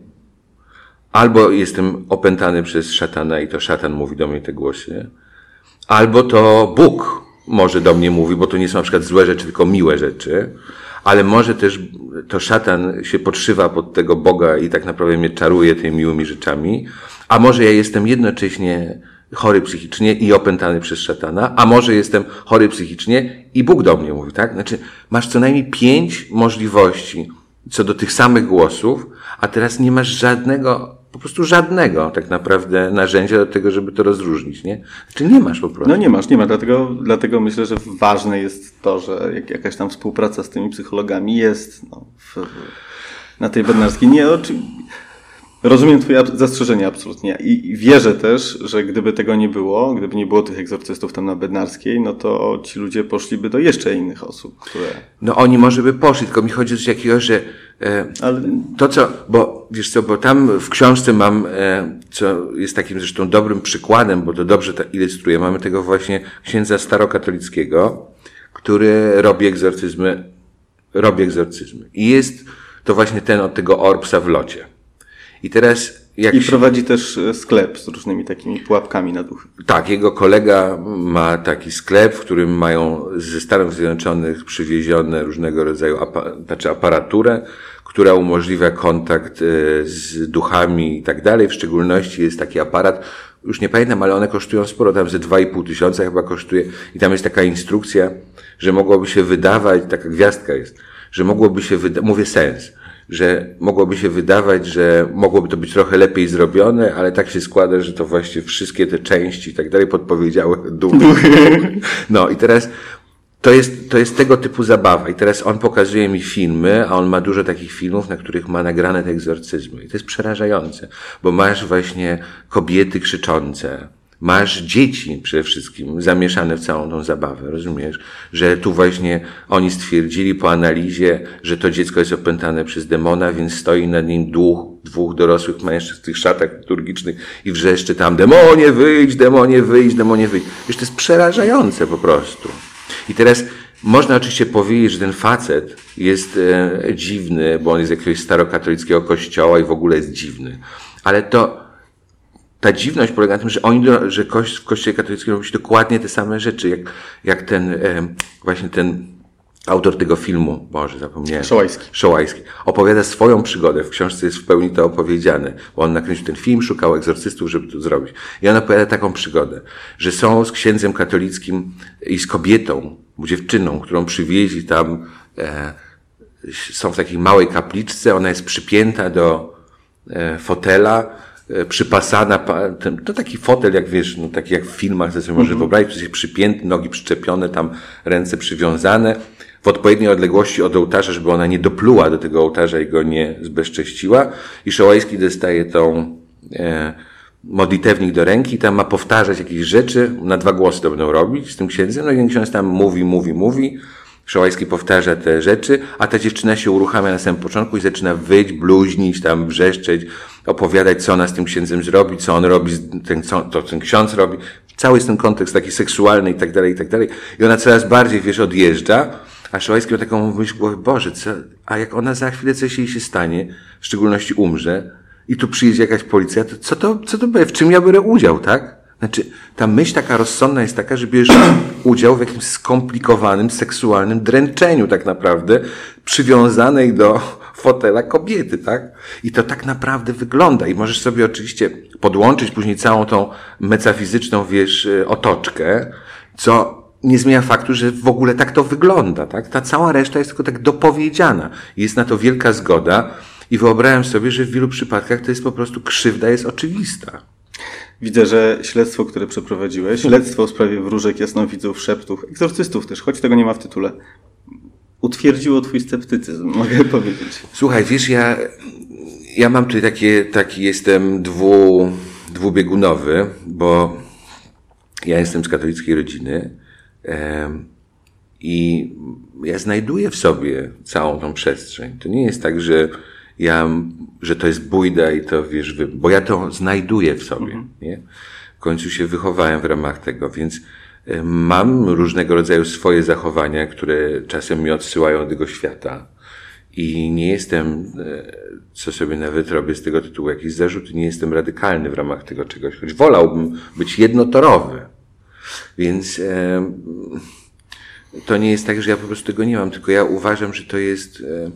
albo jestem opętany przez szatana i to szatan mówi do mnie te głosy, albo to Bóg może do mnie mówi, bo to nie są na przykład złe rzeczy, tylko miłe rzeczy, ale może też to szatan się podszywa pod tego Boga i tak naprawdę mnie czaruje tymi miłymi rzeczami, a może ja jestem jednocześnie chory psychicznie i opętany przez szatana, a może jestem chory psychicznie i Bóg do mnie mówi, tak? Znaczy, masz co najmniej pięć możliwości co do tych samych głosów, a teraz nie masz żadnego, po prostu żadnego tak naprawdę narzędzia do tego, żeby to rozróżnić, nie? Znaczy nie masz po prostu. No nie masz, nie ma, dlatego, dlatego myślę, że ważne jest to, że jak, jakaś tam współpraca z tymi psychologami jest no, w, na tej bednarskiej. Nie, oczywiście. Rozumiem twoje zastrzeżenia absolutnie i wierzę też, że gdyby tego nie było, gdyby nie było tych egzorcystów tam na Bednarskiej, no to ci ludzie poszliby do jeszcze innych osób, które... No oni może by poszli, tylko mi chodzi o coś takiego, że e, Ale... to co, bo wiesz co, bo tam w książce mam, e, co jest takim zresztą dobrym przykładem, bo to dobrze to ilustruje, mamy tego właśnie księdza starokatolickiego, który robi egzorcyzmy, robi egzorcyzmy i jest to właśnie ten od tego Orbsa w locie. I teraz jak I się... prowadzi też sklep z różnymi takimi pułapkami na duchy. Tak, jego kolega ma taki sklep, w którym mają ze Stanów Zjednoczonych przywiezione różnego rodzaju apa- znaczy aparaturę, która umożliwia kontakt z duchami i tak dalej. W szczególności jest taki aparat, już nie pamiętam, ale one kosztują sporo, tam ze dwa i pół tysiąca chyba kosztuje i tam jest taka instrukcja, że mogłoby się wydawać, taka gwiazdka jest, że mogłoby się wydawać, mówię sens, że mogłoby się wydawać, że mogłoby to być trochę lepiej zrobione, ale tak się składa, że to właśnie wszystkie te części i tak dalej podpowiedziały duchy. No i teraz to jest, to jest tego typu zabawa. I teraz on pokazuje mi filmy, a on ma dużo takich filmów, na których ma nagrane te egzorcyzmy. I to jest przerażające, bo masz właśnie kobiety krzyczące, masz dzieci przede wszystkim zamieszane w całą tą zabawę, rozumiesz? Że tu właśnie oni stwierdzili po analizie, że to dziecko jest opętane przez demona, więc stoi nad nim duch dwóch dorosłych mężczyzn w tych szatach liturgicznych i wrzeszczy tam: demonie wyjdź, demonie wyjdź, demonie wyjdź. Wiesz, to jest przerażające po prostu. I teraz można oczywiście powiedzieć, że ten facet jest e, dziwny, bo on jest z jakiegoś starokatolickiego kościoła i w ogóle jest dziwny. Ale to ta dziwność polega na tym, że oni, że kość, w Kościele katolickim robi się dokładnie te same rzeczy, jak, jak ten, e, właśnie ten autor tego filmu, Boże, zapomniałem. Szołajski. Szołajski. Opowiada swoją przygodę. W książce jest w pełni to opowiedziane, bo on nakręcił ten film, szukał egzorcystów, żeby to zrobić. I on opowiada taką przygodę, że są z księdzem katolickim i z kobietą, dziewczyną, którą przywieźli tam, e, są w takiej małej kapliczce, ona jest przypięta do e, fotela, przypasana, to taki fotel, jak wiesz, no taki jak w filmach, to sobie może wyobrazić, jest przypięty, nogi przyczepione, tam ręce przywiązane, w odpowiedniej odległości od ołtarza, żeby ona nie dopluła do tego ołtarza i go nie zbezcześciła. I Szołajski dostaje tą e, modlitewnik do ręki i tam ma powtarzać jakieś rzeczy, na dwa głosy to będą robić z tym księdzem, no i ten ksiądz tam mówi, mówi, mówi, Szołajski powtarza te rzeczy, a ta dziewczyna się uruchamia na samym początku i zaczyna wyć, bluźnić, tam wrzeszczeć, opowiadać, co ona z tym księdzem zrobi, co on robi, ten, co to ten ksiądz robi. Cały jest ten kontekst taki seksualny i tak dalej, i tak dalej. I ona coraz bardziej, wiesz, odjeżdża, a Szołajski ma taką myśl w głowie: Boże, co, a jak ona za chwilę coś jej się stanie, w szczególności umrze, i tu przyjedzie jakaś policja, to co to, co to będzie, w czym ja biorę udział, tak? Znaczy, ta myśl taka rozsądna jest taka, że bierzesz udział w jakimś skomplikowanym, seksualnym dręczeniu tak naprawdę, przywiązanej do fotela kobiety, tak? I to tak naprawdę wygląda. I możesz sobie oczywiście podłączyć później całą tą metafizyczną, wiesz, otoczkę, co nie zmienia faktu, że w ogóle tak to wygląda, tak? Ta cała reszta jest tylko tak dopowiedziana. Jest na to wielka zgoda i wyobrażam sobie, że w wielu przypadkach to jest po prostu krzywda jest oczywista. Widzę, że śledztwo, które przeprowadziłeś, śledztwo w sprawie wróżek, jasnowidzów, szeptów, egzorcystów też, choć tego nie ma w tytule, utwierdziło twój sceptycyzm, mogę powiedzieć. Słuchaj, wiesz, ja, ja mam tutaj takie, taki jestem dwu, dwubiegunowy, bo ja jestem z katolickiej rodziny em, i ja znajduję w sobie całą tą przestrzeń. To nie jest tak, że ja, że to jest bójda i to, wiesz, wy... bo ja to znajduję w sobie, mhm. nie? W końcu się wychowałem w ramach tego, więc y, mam różnego rodzaju swoje zachowania, które czasem mnie odsyłają do tego świata I nie jestem, co sobie nawet robię z tego tytułu jakiś zarzut, nie jestem radykalny w ramach tego czegoś, choć wolałbym być jednotorowy. Więc e, to nie jest tak, że ja po prostu tego nie mam, tylko ja uważam, że to jest... E,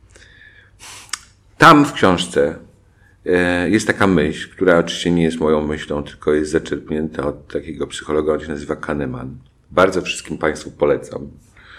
tam w książce e, jest taka myśl, która oczywiście nie jest moją myślą, tylko jest zaczerpnięta od takiego psychologa, on się nazywa Kahneman. Bardzo wszystkim Państwu polecam.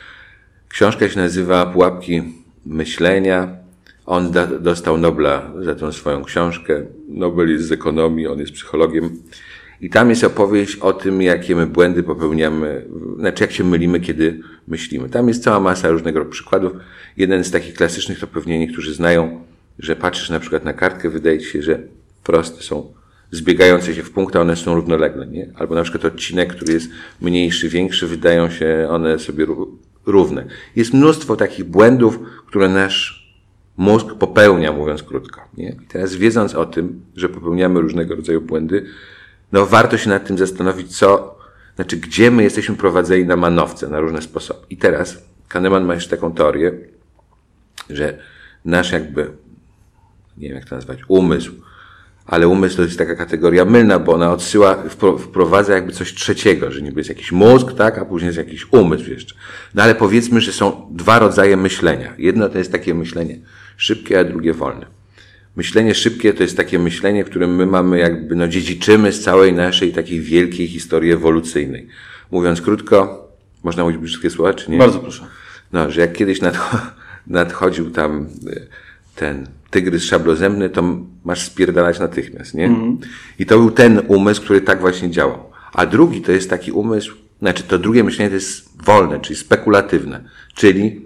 Książka się nazywa Pułapki myślenia. On da, dostał Nobla za tą swoją książkę. Nobel jest z ekonomii, on jest psychologiem. I tam jest opowieść o tym, jakie my błędy popełniamy, znaczy jak się mylimy, kiedy myślimy. Tam jest cała masa różnego przykładów. Jeden z takich klasycznych to pewnie niektórzy znają, że patrzysz na przykład na kartkę, wydaje ci się, że proste są zbiegające się w punkt, a one są równolegle, nie? Albo na przykład odcinek, który jest mniejszy, większy, wydają się one sobie równe. Jest mnóstwo takich błędów, które nasz mózg popełnia, mówiąc krótko, nie? I teraz wiedząc o tym, że popełniamy różnego rodzaju błędy, no warto się nad tym zastanowić, co, znaczy gdzie my jesteśmy prowadzeni na manowce, na różne sposoby. I teraz Kahneman ma jeszcze taką teorię, że nasz jakby, nie wiem jak to nazwać, umysł, ale umysł to jest taka kategoria mylna, bo ona odsyła, wprowadza jakby coś trzeciego, że niby jest jakiś mózg, tak, a później jest jakiś umysł jeszcze. No ale powiedzmy, że są dwa rodzaje myślenia. Jedno to jest takie myślenie szybkie, a drugie wolne. Myślenie szybkie to jest takie myślenie, w którym my mamy jakby, no dziedziczymy z całej naszej takiej wielkiej historii ewolucyjnej. Mówiąc krótko, można mówić brzydkie słowa, czy nie? Bardzo proszę. No, że jak kiedyś nadcho- nadchodził tam ten tygrys szablozębny, to masz spierdalać natychmiast, nie? Mm. I to był ten umysł, który tak właśnie działał. A drugi to jest taki umysł, znaczy to drugie myślenie to jest wolne, czyli spekulatywne, czyli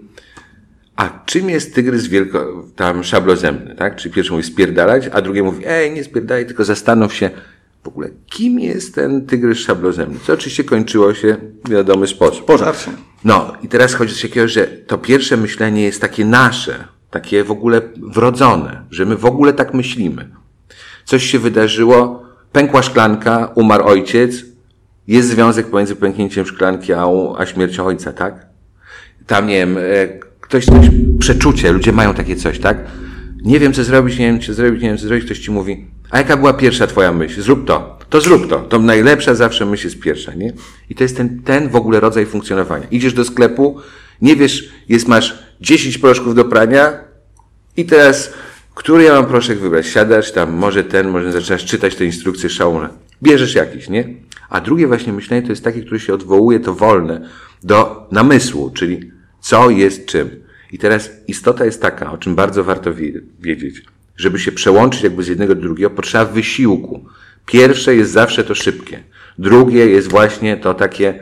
a czym jest tygrys wielko, tam szablozębny, tak? Czyli pierwszy mówi spierdalać, a drugi mówi, ej, nie spierdalaj, tylko zastanów się w ogóle, kim jest ten tygrys szablozębny. Co oczywiście kończyło się w wiadomy sposób. Pożar się. No i teraz chodzi o coś takiego, że to pierwsze myślenie jest takie nasze, takie w ogóle wrodzone, że my w ogóle tak myślimy. Coś się wydarzyło, pękła szklanka, umarł ojciec, jest związek pomiędzy pęknięciem szklanki a, a śmiercią ojca, tak? Tam, nie wiem, ktoś coś, przeczucie, ludzie mają takie coś, tak? Nie wiem, co zrobić, nie wiem, co zrobić, nie wiem, co zrobić, ktoś ci mówi, a jaka była pierwsza twoja myśl? Zrób to, to zrób to. To najlepsza zawsze myśl jest pierwsza, nie? I to jest ten, ten w ogóle rodzaj funkcjonowania. Idziesz do sklepu, nie wiesz, jest, masz dziesięć proszków do prania i teraz, który ja mam proszek wybrać? Siadasz tam, może ten, może zaczynasz czytać te instrukcje szałuna. Bierzesz jakiś, nie? A drugie właśnie myślenie to jest takie, które się odwołuje, to wolne, do namysłu, czyli co jest czym. I teraz istota jest taka, o czym bardzo warto wiedzieć, żeby się przełączyć jakby z jednego do drugiego, potrzeba wysiłku. Pierwsze jest zawsze to szybkie. Drugie jest właśnie to takie,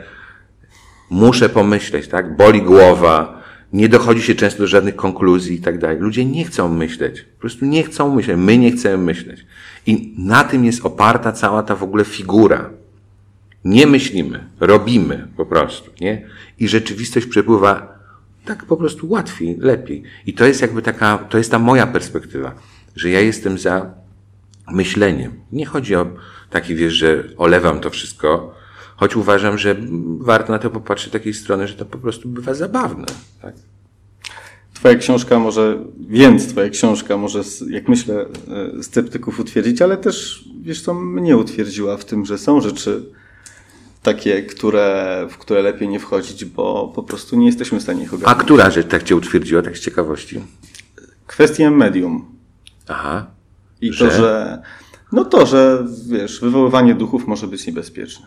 muszę pomyśleć, tak? Boli głowa, nie dochodzi się często do żadnych konkluzji i tak dalej. Ludzie nie chcą myśleć. Po prostu nie chcą myśleć. My nie chcemy myśleć. I na tym jest oparta cała ta w ogóle figura. Nie myślimy, robimy po prostu, nie? I rzeczywistość przepływa tak po prostu łatwiej, lepiej. I to jest jakby taka, to jest ta moja perspektywa, że ja jestem za myśleniem. Nie chodzi o taki, wiesz, że olewam to wszystko, choć uważam, że warto na to popatrzeć z takiej strony, że to po prostu bywa zabawne, tak? Twoja książka może, więc twoja książka może, jak myślę, sceptyków utwierdzić, ale też, wiesz co, mnie utwierdziła w tym, że są rzeczy takie, które, w które lepiej nie wchodzić, bo po prostu nie jesteśmy w stanie ich ogarnąć. A która rzecz tak cię utwierdziła, tak z ciekawości? Kwestia medium. Aha. I że? to, że, no to, że, wiesz, wywoływanie duchów może być niebezpieczne.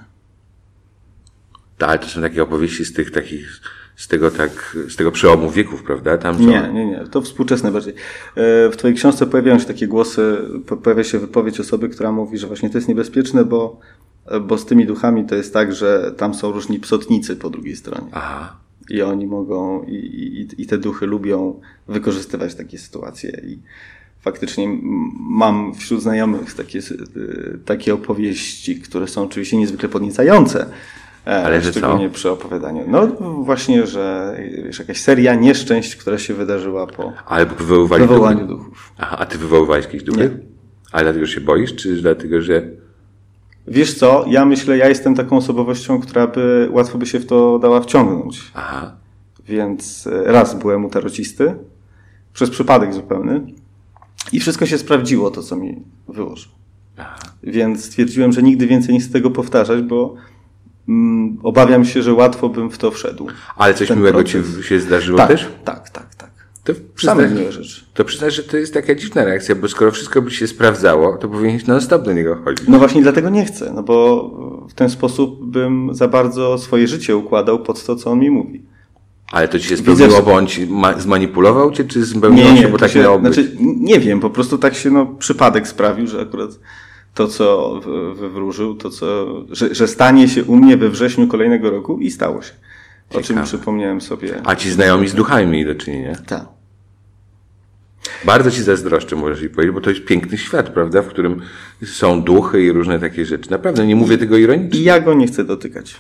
Tak, ale to są takie opowieści z tych takich, z tego tak, z tego przełomu wieków, prawda? Tam są... Nie, nie, nie. To współczesne bardziej. W twojej książce pojawiają się takie głosy, pojawia się wypowiedź osoby, która mówi, że właśnie to jest niebezpieczne, bo, bo z tymi duchami to jest tak, że tam są różni psotnicy po drugiej stronie. Aha. I oni mogą, i, i, i te duchy lubią wykorzystywać takie sytuacje. I faktycznie mam wśród znajomych takie, takie opowieści, które są oczywiście niezwykle podniecające. Ale że szczególnie co? przy opowiadaniu. No właśnie, że wiesz, jakaś seria nieszczęść, która się wydarzyła po Ale wywoływali wywołaniu duchy. duchów. Aha, a ty wywoływałeś jakieś duchy? Nie. Ale dlatego, że się boisz, czy dlatego, że... Wiesz co, ja myślę, ja jestem taką osobowością, która by łatwo by się w to dała wciągnąć. Aha. Więc raz byłem u tarocisty, przez przypadek zupełny. I wszystko się sprawdziło, to co mi wyłożył. Aha. Więc stwierdziłem, że nigdy więcej nie chcę tego powtarzać, bo mm, obawiam się, że łatwo bym w to wszedł. Ale coś miłego proces. Ci się zdarzyło tak, też? Tak, tak, tak. To same miłe rzeczy. To przyznasz, że to jest taka dziwna reakcja, bo skoro wszystko by się sprawdzało, to powinieneś non-stop do niego chodzić. No właśnie dlatego nie chcę, no bo w ten sposób bym za bardzo swoje życie układał pod to, co on mi mówi. Ale to ci się spełniło, Widzę, bo on ci ma- zmanipulował cię, czy spełniło nie, się, bo tak się, miało być? Znaczy, nie wiem, po prostu tak się no, przypadek sprawił, że akurat to, co wywróżył, to co, że, że stanie się u mnie we wrześniu kolejnego roku i stało się. O Ciekawe. Czym przypomniałem sobie. A ci znajomi z duchami mieli do czynienia? Tak. Bardzo ci zazdroszczę, możesz mi powiedzieć, bo to jest piękny świat, prawda, w którym są duchy i różne takie rzeczy. Naprawdę, nie mówię tego ironicznie. I ja go nie chcę dotykać.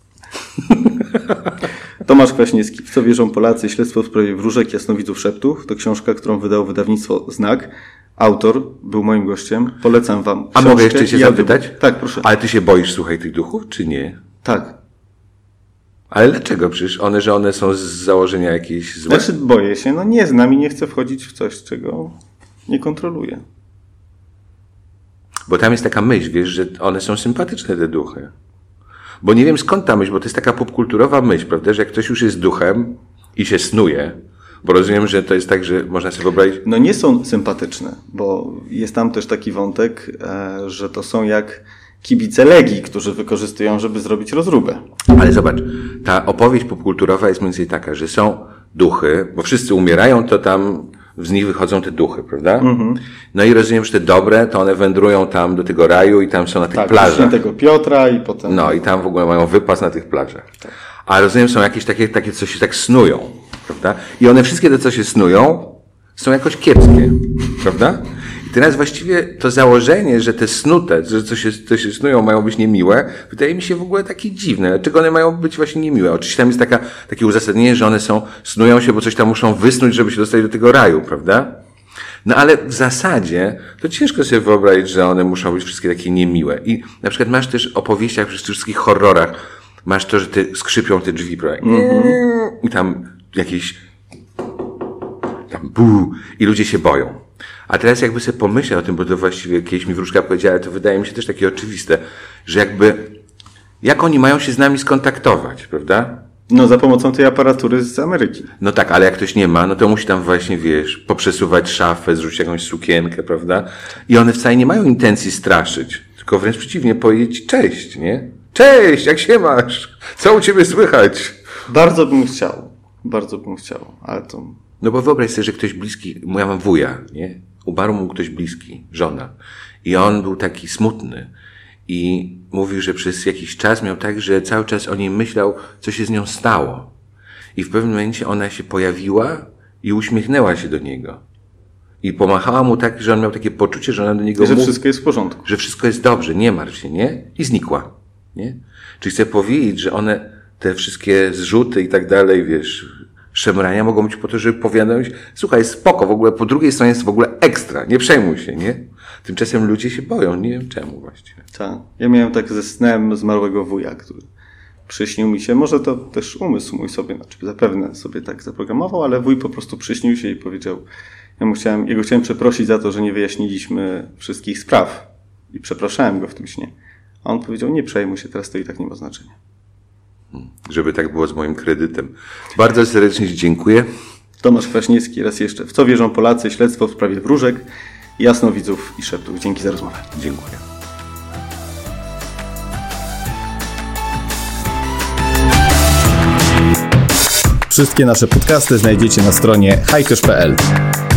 Tomasz Kwaśniewski. W co wierzą Polacy? Śledztwo w sprawie wróżek, jasnowidzów, szeptów. To książka, którą wydało wydawnictwo Znak. Autor był moim gościem. Polecam wam książkę. A mogę jeszcze cię zapytać? Tak, proszę. Ale ty się boisz, słuchaj, tych duchów, czy nie? Tak. Ale dlaczego? Przecież one, że one są z założenia jakieś złe? Znaczy boję się, no nie znam i nie chcę wchodzić w coś, czego nie kontroluję. Bo tam jest taka myśl, wiesz, że one są sympatyczne, te duchy. Bo nie wiem skąd ta myśl, bo to jest taka popkulturowa myśl, prawda, że jak ktoś już jest duchem i się snuje, bo rozumiem, że to jest tak, że można sobie wyobrazić... No nie są sympatyczne, bo jest tam też taki wątek, e, że to są jak kibice Legii, którzy wykorzystują, żeby zrobić rozróbę. Ale zobacz, ta opowieść popkulturowa jest mniej więcej taka, że są duchy, bo wszyscy umierają, to tam z nich wychodzą te duchy, prawda? Mm-hmm. No i rozumiem, że te dobre, to one wędrują tam do tego raju i tam są na tych tak, plażach. Tak, tego Piotra i potem... No i tam w ogóle mają wypas na tych plażach. Tak. A rozumiem, są jakieś takie, takie, co się tak snują, prawda? I one wszystkie te, co się snują, są jakoś kiepskie, prawda? I teraz właściwie to założenie, że te snute, że co się, co się snują, mają być niemiłe, wydaje mi się w ogóle takie dziwne. Dlaczego one mają być właśnie niemiłe? Oczywiście tam jest taka, takie uzasadnienie, że one są, snują się, bo coś tam muszą wysnuć, żeby się dostać do tego raju, prawda? No ale w zasadzie to ciężko sobie wyobrazić, że one muszą być wszystkie takie niemiłe. I na przykład masz też opowieściach, w wszystkich horrorach, masz to, że te skrzypią te drzwi, prawda? Mm-hmm. I tam jakieś tam buu, i ludzie się boją. A teraz jakby sobie pomyślał o tym, bo to właściwie kiedyś mi wróżka powiedziała, to wydaje mi się też takie oczywiste, że jakby, jak oni mają się z nami skontaktować, prawda? No za pomocą tej aparatury z Ameryki. No tak, ale jak ktoś nie ma, no to musi tam właśnie, wiesz, poprzesuwać szafę, zrzucić jakąś sukienkę, prawda? I one wcale nie mają intencji straszyć, tylko wręcz przeciwnie, powiedzieć cześć, nie? Cześć, jak się masz? Co u ciebie słychać? Bardzo bym chciał, bardzo bym chciał, ale to... No bo wyobraź sobie, że ktoś bliski, ja mam wuja, nie? Umarł mu ktoś bliski, żona. I on był taki smutny. I mówił, że przez jakiś czas miał tak, że cały czas o niej myślał, co się z nią stało. I w pewnym momencie ona się pojawiła i uśmiechnęła się do niego. I pomachała mu tak, że on miał takie poczucie, że ona do niego mówi, że mówi, wszystko jest w porządku. Że wszystko jest dobrze, nie martw się, nie? I znikła, nie? Czyli chcę powiedzieć, że one, te wszystkie zrzuty i tak dalej, wiesz, szemrania mogą być po to, żeby powiadomić, słuchaj, spoko, w ogóle po drugiej stronie jest w ogóle ekstra, nie przejmuj się, nie? Tymczasem ludzie się boją, nie wiem czemu właściwie. Tak. Ja miałem tak ze snem zmarłego wuja, który przyśnił mi się, może to też umysł mój sobie, znaczy zapewne sobie tak zaprogramował, ale wuj po prostu przyśnił się i powiedział, ja mu chciałem, jego chciałem przeprosić za to, że nie wyjaśniliśmy wszystkich spraw i przepraszałem go w tym śnie. A on powiedział, nie przejmuj się, teraz to i tak nie ma znaczenia. Żeby tak było z moim kredytem. Bardzo serdecznie Ci dziękuję. Tomasz Kwaśniewski, raz jeszcze. W co wierzą Polacy? Śledztwo w sprawie wróżek, jasnowidzów i szeptów. Dzięki za rozmowę. Dziękuję. Wszystkie nasze podcasty znajdziecie na stronie hajkesz kropka pe el.